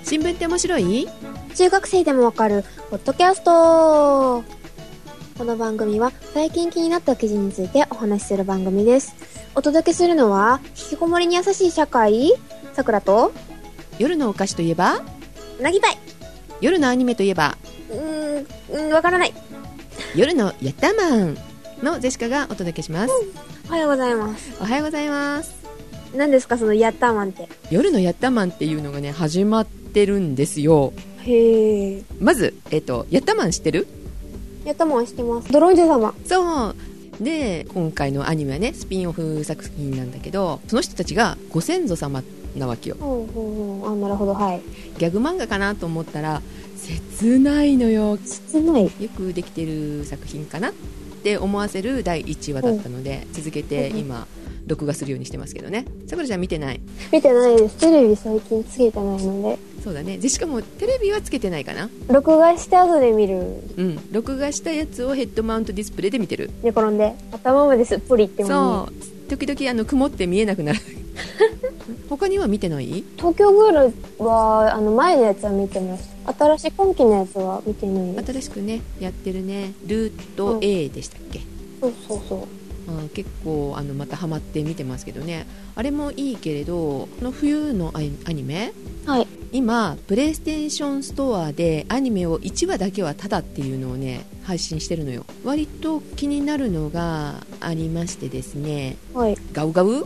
新聞って面白い？ 中学生でもわかるポッドキャスト。この番組は最近気になった記事についてお話しする番組です。お届けするのは引きこもりに優しい社会、さくらと夜のお菓子といえばうなぎパイ。 夜のアニメといえばわからない。 夜のヤッターマンのジェシカがお届けします。 おはようございます。 おはようございます。 何ですかそのヤッターマンって？ 夜のヤッターマンっていうのがね始まってるんですよ。 へえ。 まず、ヤッターマン知ってる？ ヤッターマン知ってます。ドロンジュ様。 そうで、今回のアニメはねスピンオフ作品なんだけど、その人たちがご先祖様なわけよ。 あ、なるほど。はい。 ギャグ漫画かなと思ったら切ないのよ。 切ない。 よくできてる作品かなって思わせる第1話だったので、続けて今録画するようにしてますけどね。さくらちゃん見てない？ 見てないです。テレビ最近つけてないので。 そうだね。でしかもテレビはつけてないかな。 録画して後で見る。 録画したやつをヘッドマウントディスプレイで見てる。 寝転んで頭まですっぽりってもそう、時々曇って見えなくなる他には見てない？ 東京グールは前のやつは見てます。新しい今期のやつは見てないです。 新しくねやってるね。ルート A でしたっけ？ そう結構またハマって見てますけどね。あれもいいけれど、この冬のアニメ、 はい、 今プレイステーションストアでアニメを1話だけはタダっていうのをね配信してるのよ。割と気になるのがありましてですね、 はい、 ガウガウ、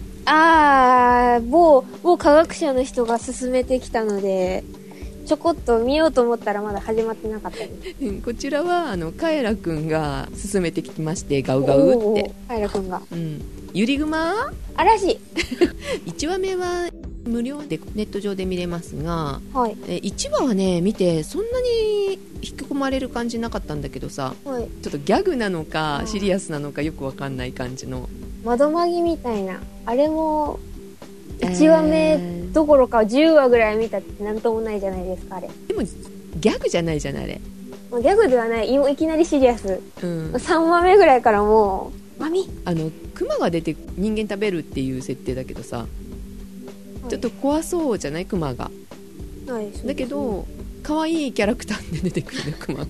某科学者の人が勧めてきたのでちょこっと見ようと思ったらまだ始まってなかったです。 こちらはカエラくんが勧めてきまして、ガウガウって。 カエラくんが、 ゆりぐまあらしい 1話目は無料でネット上で見れますが、 はい、 1話はね見てそんなに引き込まれる感じなかったんだけどさ、 はい、 ちょっとギャグなのかシリアスなのかよくわかんない感じの窓マギみたいな。あれも1話目どころか10話ぐらい見たってなんともないじゃないですか。あれでもギャグじゃないじゃない。あれもうギャグではない。いきなりシリアス、3話目ぐらいからもうマミクマが出て人間食べるっていう設定だけどさ、はい、ちょっと怖そうじゃない？クマが、 はい、 だけど可愛いキャラクターで出てくるのクマが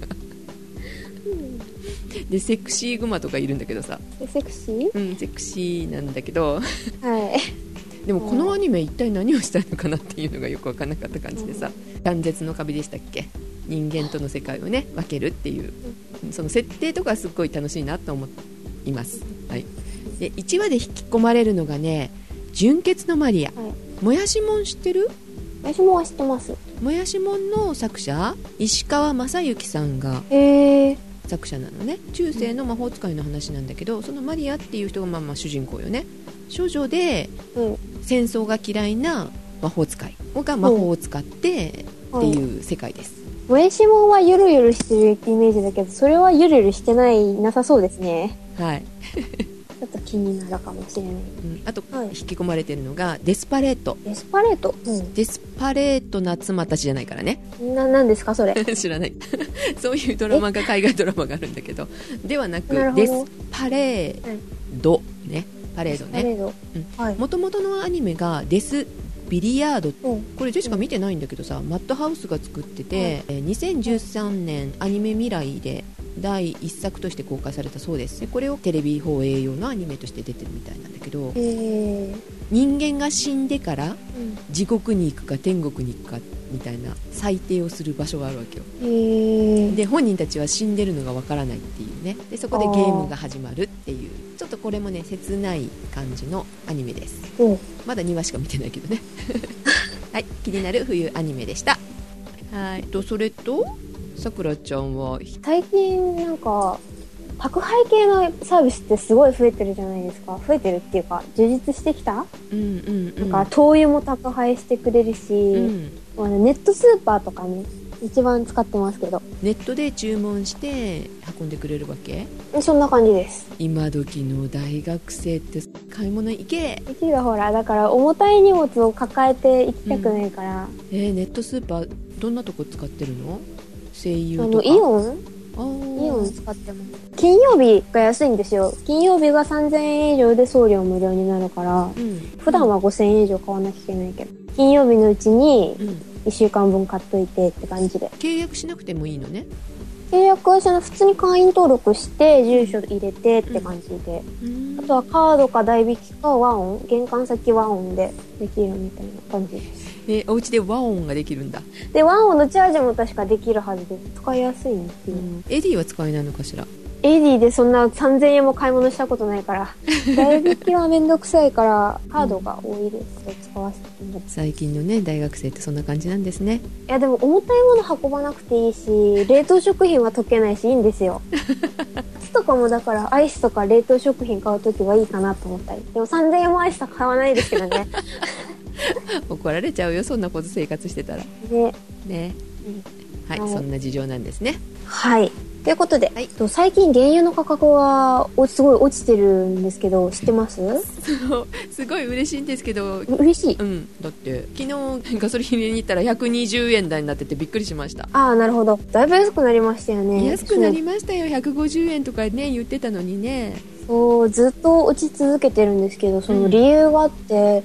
でセクシーグマとかいるんだけどさ。 セクシー？ セクシーなんだけどはいでもこのアニメ一体何をしたいのかなっていうのがよく分からなかった感じでさ、断絶の壁でしたっけ？人間との世界をね分けるっていう、その設定とかすっごい楽しいなと思います、はい、で1話で引き込まれるのがね、純血のマリア、はい、もやしもん知ってる？ もやしもんは知ってます。 もやしもんの作者石川正幸さんが作者なのね。中世の魔法使いの話なんだけど、そのマリアっていう人がまあ主人公よね。少女で、戦争が嫌いな魔法使いが魔法を使ってっていう世界です。 もやしもんはゆるゆるしてるイメージだけど、それはゆるゆるしてなさそうですね。 はいちょっと気になるかもしれない、 あと、引き込まれてるのがデスパレート。 デスパレート夏またしじゃないからね。 何ですかそれ知らないそういうドラマが、海外ドラマがあるんだけど、ではなくデスパレード、ね、パレードね。もともとのアニメがデスビリヤード、これジェシカ見てないんだけどさ、マッドハウスが作ってて、2013年アニメ未来で第1作として公開されたそうです。でこれをテレビ放映用のアニメとして出てるみたいなんだけど、人間が死んでから地獄に行くか天国に行くかみたいな裁定をする場所があるわけよ。で本人たちは死んでるのがわからないっていうね。でそこでゲームが始まるっていう、ちょっとこれもね切ない感じのアニメです。まだ2話しか見てないけどねはい、気になる冬アニメでした。はい、それとさくらちゃんは最近なんか宅配系のサービスってすごい増えてるじゃないですか。増えてるっていうか充実してきた、なんか灯油も宅配してくれるし、ネットスーパーとかね一番使ってますけど。 ネットで注文して運んでくれるわけ？ そんな感じです。 今時の大学生って買い物行けがほらだから重たい荷物を抱えて行きたくないから、 ネットスーパーどんなとこ使ってるの？声優とかイオン使ってます。金曜日が安いんですよ。金曜日が3000円以上で送料無料になるから、普段は5000円以上買わなきゃいけないけど、金曜日のうちに 1週間分買っといてって感じで。 契約しなくてもいいのね。 契約は普通に会員登録して住所入れてって感じで、あとはカードか代引きか和音、玄関先和音でできるみたいな感じです。 お家で和音ができるんだ。 で和音のチャージも確かできるはずです。使いやすいんですよ。 エディは使えないのかしら。 エディでそんな3000円も買い物したことないから代引きはめんどくさいからカードが多いです。使わせてもらって。 最近のね大学生ってそんな感じなんですね。 いやでも重たいもの運ばなくていいし、冷凍食品は溶けないしいいんですよ夏とかもだからアイスとか冷凍食品買うときはいいかなと思ったり。でも3000円もアイスとか買わないですけどね怒られちゃうよ、そんなこと生活してたらね、はい、そんな事情なんですね。 はい、ということで、最近原油の価格はすごい落ちてるんですけど、知ってます？ すごい嬉しいんですけど。 嬉しい？ だって昨日ガソリン入れに行ったら120円台になっててびっくりしました。 ああ、なるほど。だいぶ安くなりましたよね。 安くなりましたよ。150円とかね言ってたのにね。 そう、ずっと落ち続けてるんですけど、その理由があって、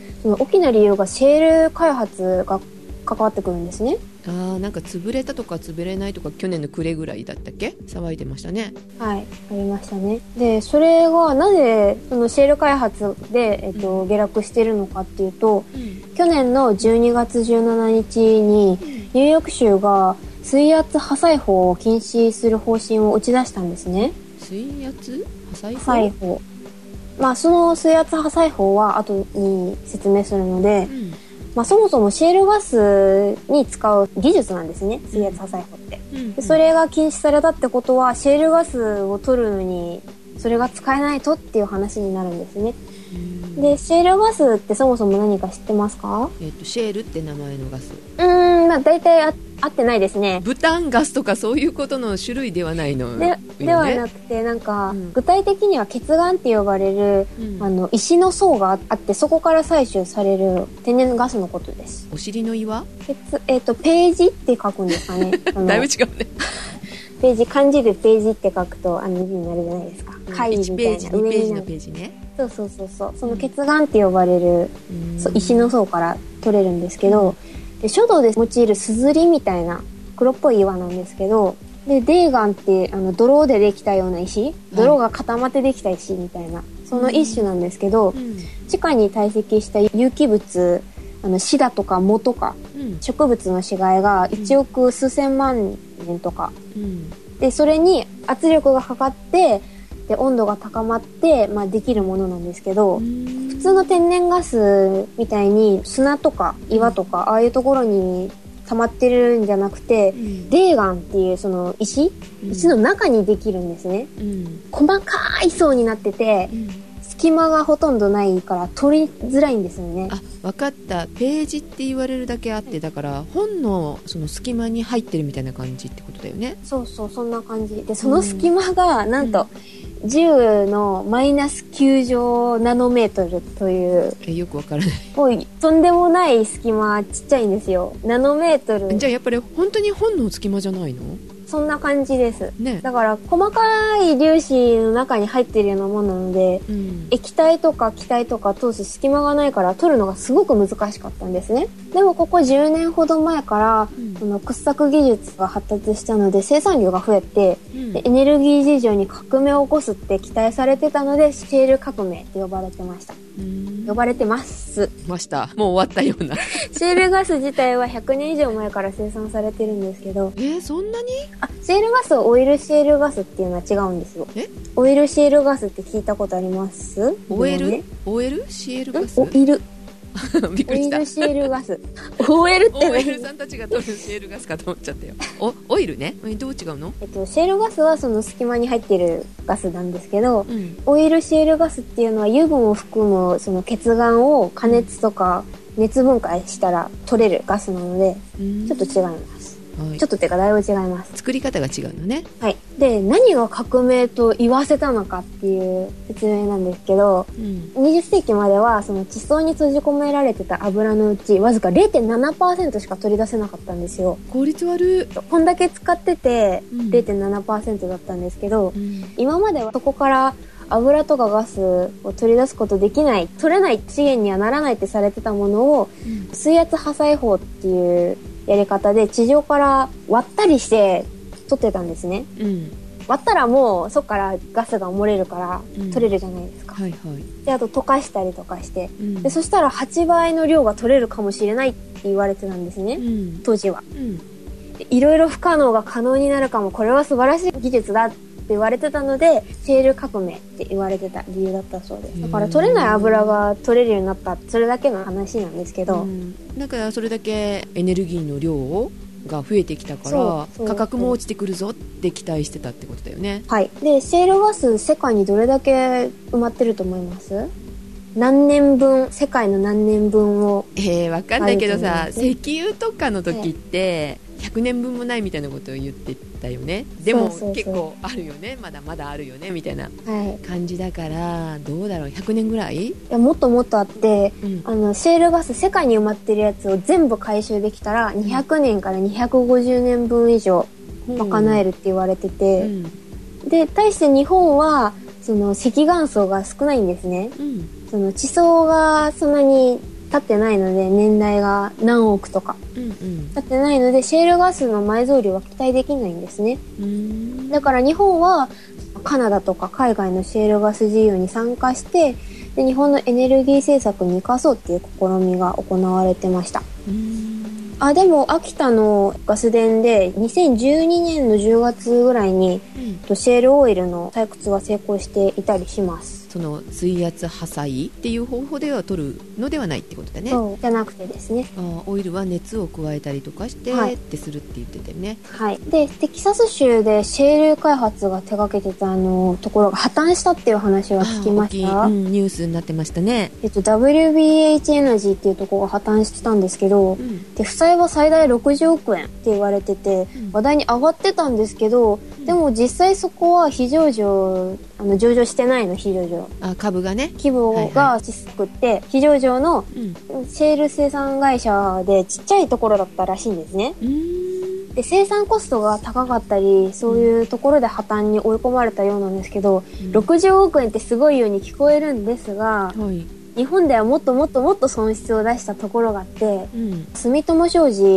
その大きな理由がシェール開発が関わってくるんですね。 なんか潰れたとか潰れないとか去年の暮れぐらいだったっけ、騒いでましたね。 はい、ありましたね。でそれがなぜそのシェール開発で、下落してるのかっていうと、去年の12月17日にニューヨーク州が水圧破砕法を禁止する方針を打ち出したんですね。 水圧破砕法、その水圧破砕法は後に説明するので、そもそもシェールガスに使う技術なんですね、水圧破砕法って。でそれが禁止されたってことは、シェールガスを取るのにそれが使えないとっていう話になるんですね。でシェールガスってそもそも何か知ってますか？ シェールって名前のガス。 大体合ってないですね。 ブタンガスとかそういうことの種類ではないのではなくて、なんか、具体的には血岩って呼ばれる、石の層があって、そこから採取される天然ガスのことです。 お尻の岩？ ページって書くんですかねだいぶ違うねページ、漢字でページって書くと字になるじゃないですか。 1ページ2ページのページね。 そうその血岩って呼ばれる、石の層から取れるんですけど、で書道で用いるすずりみたいな黒っぽい岩なんですけど、で泥岩って泥でできたような石、泥が固まってできた石みたいな、その一種なんですけど、地下に堆積した有機物、シダとか藻とか、植物の死骸が1億数千万年とか、でそれに圧力がかかってで温度が高まって、できるものなんですけど、普通の天然ガスみたいに砂とか岩とか、ああいうところに溜まってるんじゃなくて、泥岩っていうその石の中にできるんですね。細かい層になってて、隙間がほとんどないから取りづらいんですよね。 分かった。ページって言われるだけあって、だから本のその隙間に入ってるみたいな感じってことだよね。 そう、そんな感じで、その隙間がなんと、10のマイナス9乗ナノメートルという、 よくわからない。 もうとんでもない隙間、ちっちゃいんですよ。ナノメートル。 じゃあやっぱり本当に本の隙間じゃないの？ そんな感じです、だから細かい粒子の中に入ってるようなものなので、液体とか気体とか通す隙間がないから取るのがすごく難しかったんですね。でもここ10年ほど前から、その掘削技術が発達したので生産量が増えて、でエネルギー事情に革命を起こすって期待されてたので、シェール革命って呼ばれてました。呼ばれてます。 もう終わったようなシェールガス自体は100年以上前から生産されてるんですけど、 そんなに？ シェールガスとオイルシェールガスっていうのは違うんですよ。オイルシェールガスって聞いたことあります？ オイルシェールガス？ オイルびっくりした。 オイルシェールガス。OL って何？ OL さんたちが取るシェールガスかと思っちゃったよ。オイルね。どう違うの？ シェールガスはその隙間に入っているガスなんですけど、オイルシェールガスっていうのは油分を含むその血岩を加熱とか熱分解したら取れるガスなので、ちょっと違います。ちょっとってかだいぶ違います。 作り方が違うのね。 はい。で、何が革命と言わせたのかっていう説明なんですけど、20世紀まではその地層に閉じ込められてた油のうちわずか 0.7% しか取り出せなかったんですよ。 効率悪い。 こんだけ使ってて 0.7% だったんですけど、今まではそこから油とかガスを取り出すことできない、取れない資源にはならないってされてたものを、水圧破砕法っていうやり方で地上から割ったりして取ってたんですね、うん、割ったらもうそこからガスが漏れるから取れるじゃないですか、うんはいはい、であと溶かしたりとかして、うん、でそしたら8倍の量が取れるかもしれないって言われてたんですね、うん、当時は、うん、いろいろ不可能が可能になるかも、これは素晴らしい技術だって言われてたのでシェール革命って言われてた理由だったそうです。だから取れない油が取れるようになった、それだけの話なんですけど、 だからそれだけエネルギーの量が増えてきたから価格も落ちてくるぞって期待してたってことだよね。 はい。でシェールガス世界にどれだけ埋まってると思います？何年分、世界の何年分を。 わかんないけどさ、石油とかの時って100年分もないみたいなことを言ってたよね。でも結構あるよね、まだまだあるよねみたいな感じだから、どうだろう、100年ぐらい？いやもっともっとあって、シェールガス世界に埋まってるやつを全部回収できたら200年から250年分以上賄えるって言われてて、で対して日本はその赤岩層が少ないんですね、その地層がそんなに経ってないので、年代が何億とか経ってないので、シェールガスの埋蔵量は期待できないんですね。だから日本はカナダとか海外のシェールガス事業に参加して、で日本のエネルギー政策に生かそうっていう試みが行われてました。でも秋田のガス田で2012年の10月ぐらいに、シェールオイルの採掘は成功していたりします。 その水圧破砕っていう方法では取るのではないってことだね。 そうじゃなくてですね、 オイルは熱を加えたりとかして、ってするって言ってたよね。 はい。でテキサス州でシェール開発が手掛けてたところが破綻したっていう話は聞きました？ ニュースになってましたね。 WBH エナジーっていうところが破綻してたんですけど、で負債は最大60億円って言われてて、話題に上がってたんですけど、でも実際そこは非上場上場してないの。非上場株がね、 規模が小さくって、非上場のシェール生産会社でちっちゃいところだったらしいんですね。で生産コストが高かったり、そういうところで破綻に追い込まれたようなんですけど、60億円ってすごいように聞こえるんですが、日本ではもっともっともっと損失を出したところがあって、住友商事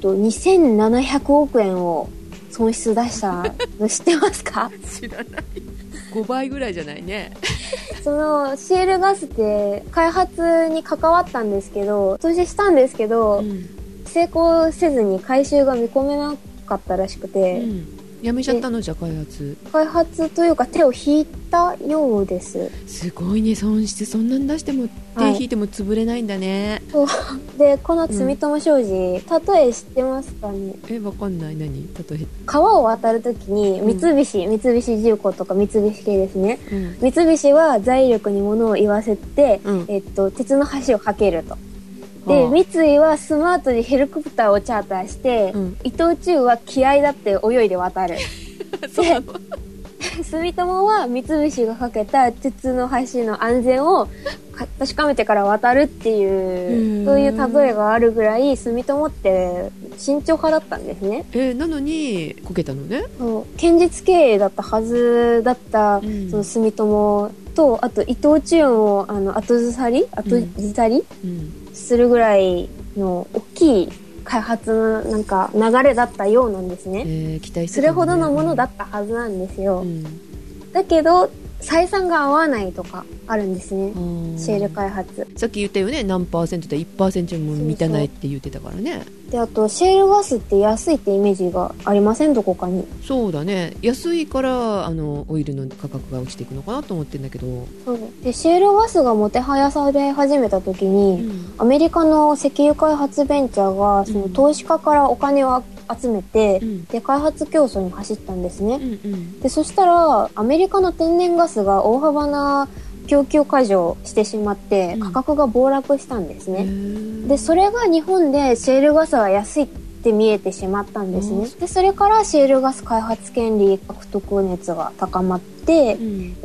2700億円を損失出したの知ってますか？ 知らない。5倍ぐらいじゃないね。 そのシェールガスって開発に関わったんですけど、投資したんですけど、成功せずに回収が見込めなかったらしくて、 やめちゃったの？じゃあ開発というか手を引いたようです。 すごいね、損失そんなに出しても手引いても潰れないんだね。 そうでこの住友商事、例え知ってますかね？ わかんない。何例え？ 川を渡るときに三菱重工とか三菱系ですね、三菱は財力に物を言わせて、鉄の橋を架けると。で三井はスマートにヘリコプターをチャーターして、伊藤忠は気合だって泳いで渡る。で住友は三菱がかけた鉄の橋の安全を確かめてから渡るっていう、そういう例えがあるぐらい住友って慎重派だったんですね。 なのにこけたのね。 堅実経営だったはずだった、その住友と、あと伊藤忠を後ずさりするぐらいの大きい開発のなんか流れだったようなんですね。 期待してたね。 それほどのものだったはずなんですよ。だけど採算が合わないとかあるんですね、シェール開発。 さっき言ったよね、何パーセントで 1% も満たないって言ってたからね。 であとシェールガスって安いってイメージがありません？どこかに。 そうだね、安いからオイルの価格が落ちていくのかなと思ってるんだけど。 そうでシェールガスがもてはやされ始めた時に、アメリカの石油開発ベンチャーがその投資家からお金を集めて、で開発競争に走ったんですね、でそしたらアメリカの天然ガスが大幅な供給過剰してしまって価格が暴落したんですね、でそれが日本でシェールガスは安いって見えてしまったんですね、でそれからシェールガス開発権利獲得熱が高まって、で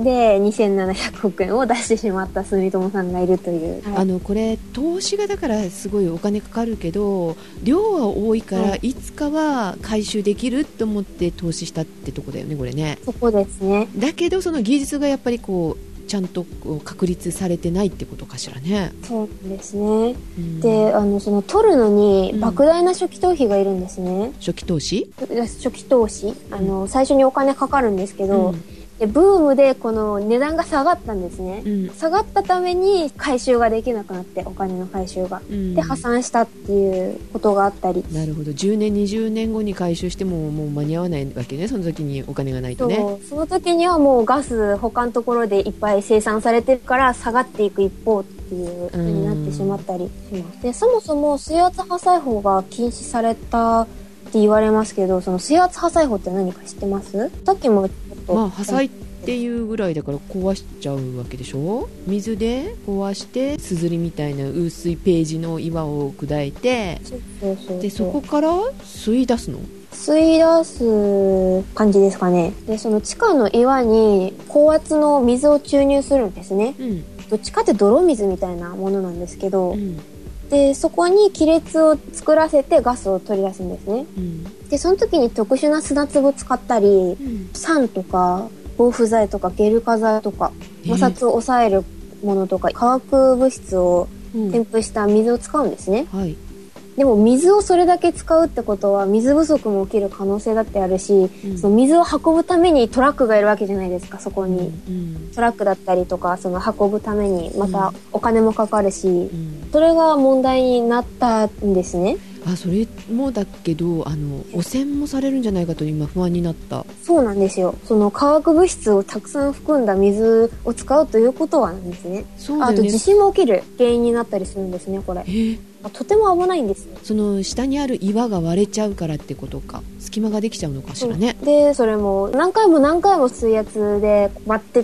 2700億円を出してしまった住友さんがいるという、 これ投資がだからすごいお金かかるけど量は多いから、いつかは回収できると思って投資したってとこだよね、これね。 そこですね。 だけどその技術がやっぱりこうちゃんと確立されてないってことかしらね。 そうですね、でその取るのに莫大な初期投資がいるんですね。 初期投資、 最初にお金かかるんですけど、でブームでこの値段が下がったんですね、下がったために回収ができなくなって、お金の回収が、で破産したっていうことがあったり。 なるほど。10年20年後に回収してももう間に合わないわけね、その時にお金がないとね。 その時にはもうガス他のところでいっぱい生産されてるから下がっていく一方っていう風になってしまったりします。でそもそも水圧破砕法が禁止されたって言われますけど、その水圧破砕法って何か知ってます？さっきもまあ破砕っていうぐらいだから壊しちゃうわけでしょ。水で壊してすずりみたいな薄いページの岩を砕いて、でそこから吸い出すの？ 吸い出す感じですかね。でその地下の岩に高圧の水を注入するんですね、どっちかって泥水みたいなものなんですけど、でそこに亀裂を作らせてガスを取り出すんですね、でその時に特殊な砂粒を使ったり、酸とか防腐剤とかゲル化剤とか摩擦を抑えるものとか化学物質を添付した水を使うんですね、でも水をそれだけ使うってことは水不足も起きる可能性だってあるし、その水を運ぶためにトラックがいるわけじゃないですか、そこに、トラックだったりとかその運ぶためにまたお金もかかるし、それが問題になったんですね。 それもだけど汚染もされるんじゃないかと今不安になった。 そうなんですよ。その化学物質をたくさん含んだ水を使うということはなんですね。 そうだよね。 あと地震も起きる原因になったりするんですね、これ。とても危ないんですよ。 その下にある岩が割れちゃうからってことか、隙間ができちゃうのかしらね、 でそれも何回も何回も水圧で割ってって、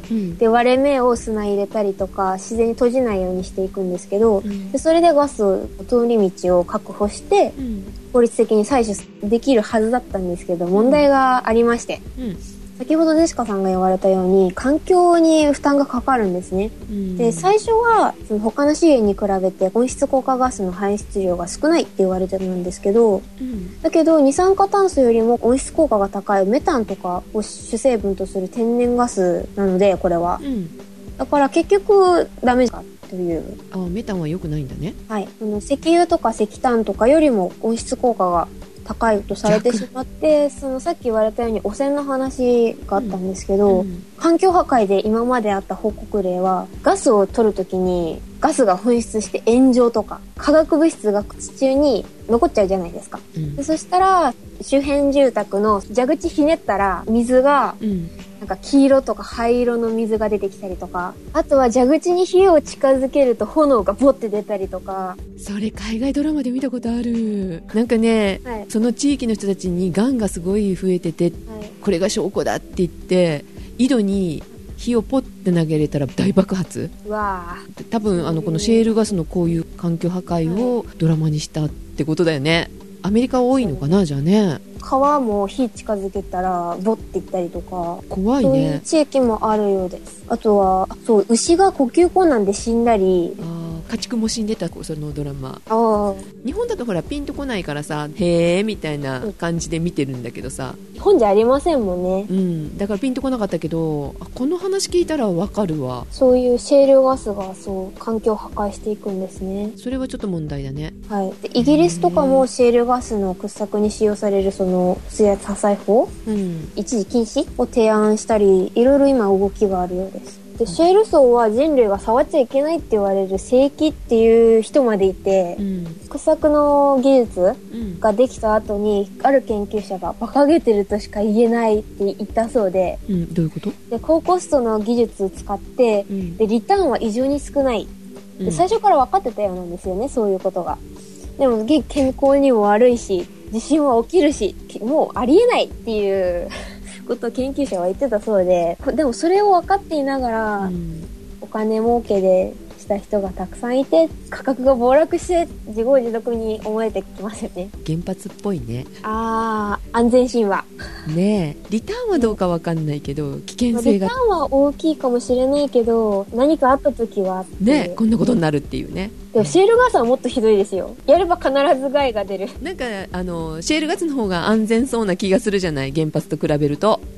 で割れ目を砂入れたりとか自然に閉じないようにしていくんですけど、でそれでガスの通り道を確保して、効率的に採取できるはずだったんですけど、問題がありまして、先ほどジェシカさんが言われたように環境に負担がかかるんですね、で最初はその他の資源に比べて温室効果ガスの排出量が少ないって言われてるんですけど、だけど二酸化炭素よりも温室効果が高いメタンとかを主成分とする天然ガスなので、これは、だから結局ダメかという。 メタンは良くないんだね。 はい、石油とか石炭とかよりも温室効果が高いとされてしまって、そのさっき言われたように汚染の話があったんですけど、環境破壊で今まであった報告例はガスを取るときにガスが噴出して炎上とか化学物質が地中に残っちゃうじゃないですか、でそしたら周辺住宅の蛇口ひねったら水が、なんか黄色とか灰色の水が出てきたりとか、あとは蛇口に火を近づけると炎がボッて出たりとか。 それ海外ドラマで見たことある。なんかね、その地域の人たちにガンがすごい増えてて、これが証拠だって言って井戸に火をポッて投げれたら大爆発。多分このシェールガスのこういう環境破壊をドラマにしたってことだよね。アメリカ多いのかな、じゃあね。 川も火近づけたらボッていったりとか、 怖いね。 そういう地域もあるようです。あとは牛が呼吸困難で死んだり、 家畜も死んでた、そのドラマ。日本だとほらピンとこないからさ、へーみたいな感じで見てるんだけどさ、 日本じゃありませんもんね。 だからピンとこなかったけど、この話聞いたらわかるわ。 そういうシェールガスが環境を破壊していくんですね。 それはちょっと問題だね。 でイギリスとかもシェールガスの掘削に使用されるその水圧破砕法、一時禁止を提案したり、いろいろ今動きがあるようです。でシェール層は人類が触っちゃいけないって言われる聖域っていう人までいて、掘削の技術ができた後にある研究者が馬鹿げてるとしか言えないって言ったそうで、 どういうこと？ で高コストの技術を使って、でリターンは異常に少ない、で最初から分かってたようなんですよね、そういうことが。でも健康にも悪いし地震は起きるしもうありえないっていうことを研究者は言ってたそうで、でもそれを分かっていながら、お金儲けでした人がたくさんいて価格が暴落して自業自得に思えてきますよね。 原発っぽいね。 安全神話ねえ。リターンはどうか分かんないけど、危険性が、 リターンは大きいかもしれないけど何かあった時はね、こんなことになるっていうね。 でもシェールガスはもっとひどいですよ。やれば必ず害が出る。 なんかシェールガスの方が安全そうな気がするじゃない、原発と比べると。 そ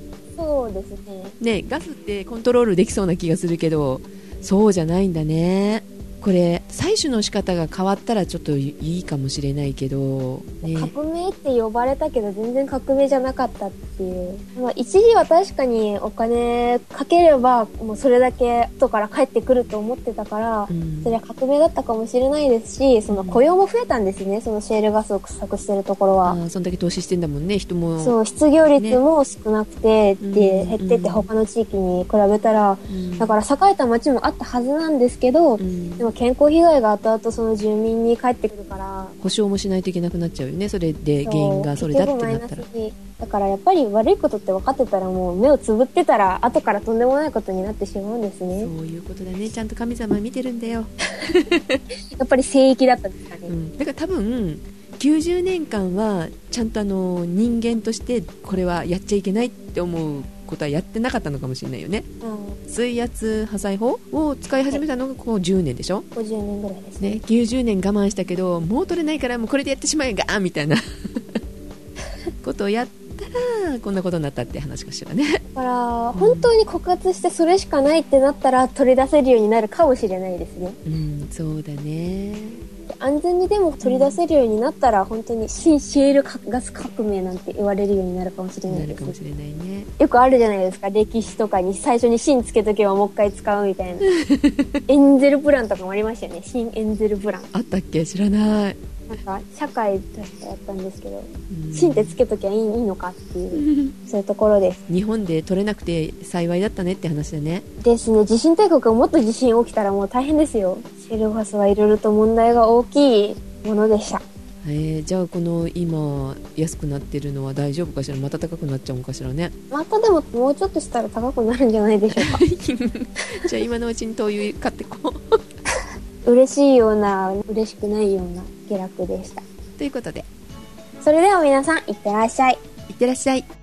そうですね。 ガスってコントロールできそうな気がするけど、そうじゃないんだね。これ採取の仕方が変わったらちょっといいかもしれないけど、ね、 革命って呼ばれたけど全然革命じゃなかったっていう、一時は確かにお金かければもうそれだけ後から帰ってくると思ってたから、それは革命だったかもしれないですし、その雇用も増えたんですね、そのシェールガスを掘削してるところは。 そんだけ投資してんだもんね、人も。 そう、失業率も少なくて、で減ってって他の地域に比べたら、だから栄えた町もあったはずなんですけど、でも健康被害が後々その住民に返ってくるから保証もしないといけなくなっちゃうよね。それで原因がそれだってなったら。 だからやっぱり悪いことって分かってたらもう目をつぶってたら後からとんでもないことになってしまうんですね。 そういうことだね。ちゃんと神様見てるんだよやっぱり聖域だったんですかね、 だから多分90年間はちゃんと人間としてこれはやっちゃいけないって思うことはやってなかったのかもしれないよね、水圧破砕法を使い始めたのがこう10年でしょ。 50年ぐらいですね。 90年我慢したけどもう取れないからもうこれでやってしまえがみたいなことをやったらこんなことになったって話かしらね。 だから本当に枯渇してそれしかないってなったら取り出せるようになるかもしれないですね。 そうだね。 安全にでも取り出せるようになったら、本当に新シェールガス革命なんて言われるようになるかもしれないです。なるかもしれないね。よくあるじゃないですか、歴史とかに最初に新つけとけばもう一回使うみたいなエンゼルプランとかもありましたよね。新エンゼルプランあったっけ？知らない。 なんか社会としてやったんですけど、新ってつけときゃいいのかっていうそういうところです。 日本で取れなくて幸いだったねって話だね。 ですね。地震大国がもっと地震起きたらもう大変ですよ。シェールガスはいろいろと問題が大きいものでした。 じゃあこの今安くなってるのは大丈夫かしら。また高くなっちゃうのかしらね。 またでももうちょっとしたら高くなるんじゃないでしょうかじゃあ今のうちに灯油買ってこう嬉しいような嬉しくないような下落でした。 ということで、 それでは皆さんいってらっしゃい。 いってらっしゃい。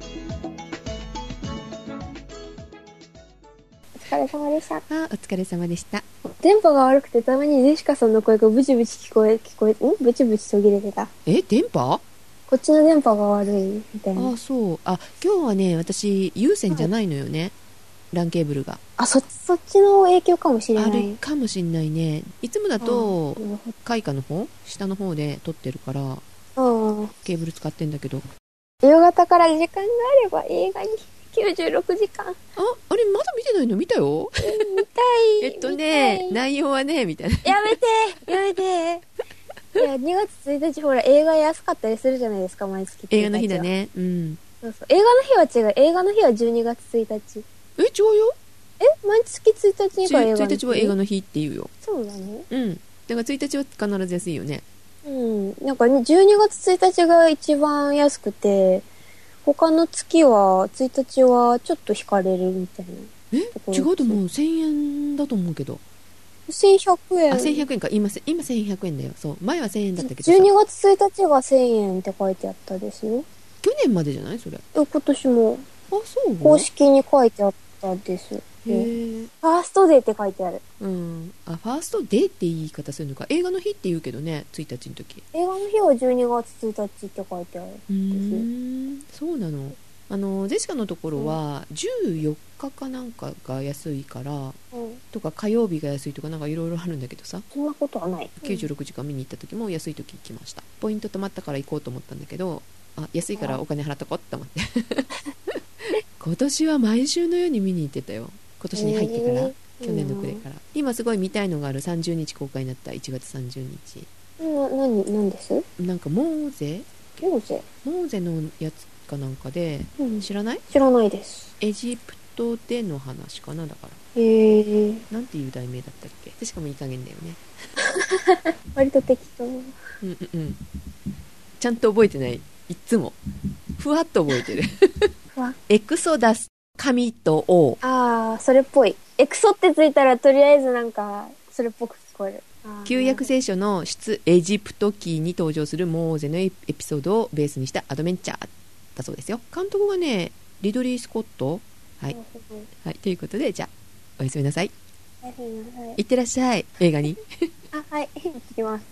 お疲れ様でした。 お疲れ様でした。 電波が悪くてたまにジェシカさんの声がブチブチ聞こえブチブチ途切れてた。 電波？ こっちの電波が悪いみたいな。 そう。今日はね、私有線じゃないのよね、ランケーブルが。そっちの影響かもしれない。 あるかもしれないね。いつもだと開花の方下の方で撮ってるからケーブル使ってんだけど、 夕方から時間があれば映画に96時間。 あれまだ見てないの？見たよ。 見たい。 内容はねみたいな。 やめていや2月1日ほら映画安かったりするじゃないですか、毎月。 映画の日だね。 そう映画の日は違う。映画の日は12月1日。 違うよ。 毎月1日が映画の日。 1日は映画の日って言うよ。 そうだね。 だから1日は必ず安いよね。 なんかね、12月1日が一番安くて、他の月は1日はちょっと引かれるみたいな。 違うと思う。1000円だと思うけど。 1100円。 1100円か。今1100円だよ。そう。前は1000円だったけど。 12月1日が1000円って書いてあったですよ。 去年までじゃない？それ。 今年も。 そう？ 公式に書いてあったです。ファーストデーって書いてある。 ファーストデーって言い方するのか。映画の日って言うけどね、1日の時。 映画の日は12月1日って書いてあるんです。そうなの。ジェシカのところは14日かなんかが安いから、とか火曜日が安いとかなんかいろいろあるんだけどさ。 そんなことはない。 96時間見に行った時も安い時行きました。ポイント貯まったから行こうと思ったんだけど、安いからお金払っとこうって思って今年は毎週のように見に行ってたよ。今年に入ってから、去年の暮れから。今すごい見たいのがある。30日公開になった1月30日。 何です？ なんかモーゼのやつかなんかで、知らない？ 知らないです。 エジプトでの話かな。だからなんていう題名だったっけ。しかもいい加減だよね割と適当。 ちゃんと覚えてない。いつもふわっと覚えてるエクソダス、神と王。 それっぽい。エクソってついたらとりあえずなんかそれっぽく聞こえる。 旧約聖書の出エジプト記に登場するモーゼのエピソードをベースにしたアドベンチャーだそうですよ。監督がね、リドリー・スコット。はい、ということで、じゃあおやすみなさい。いってらっしゃい。映画にはい、行ってきます。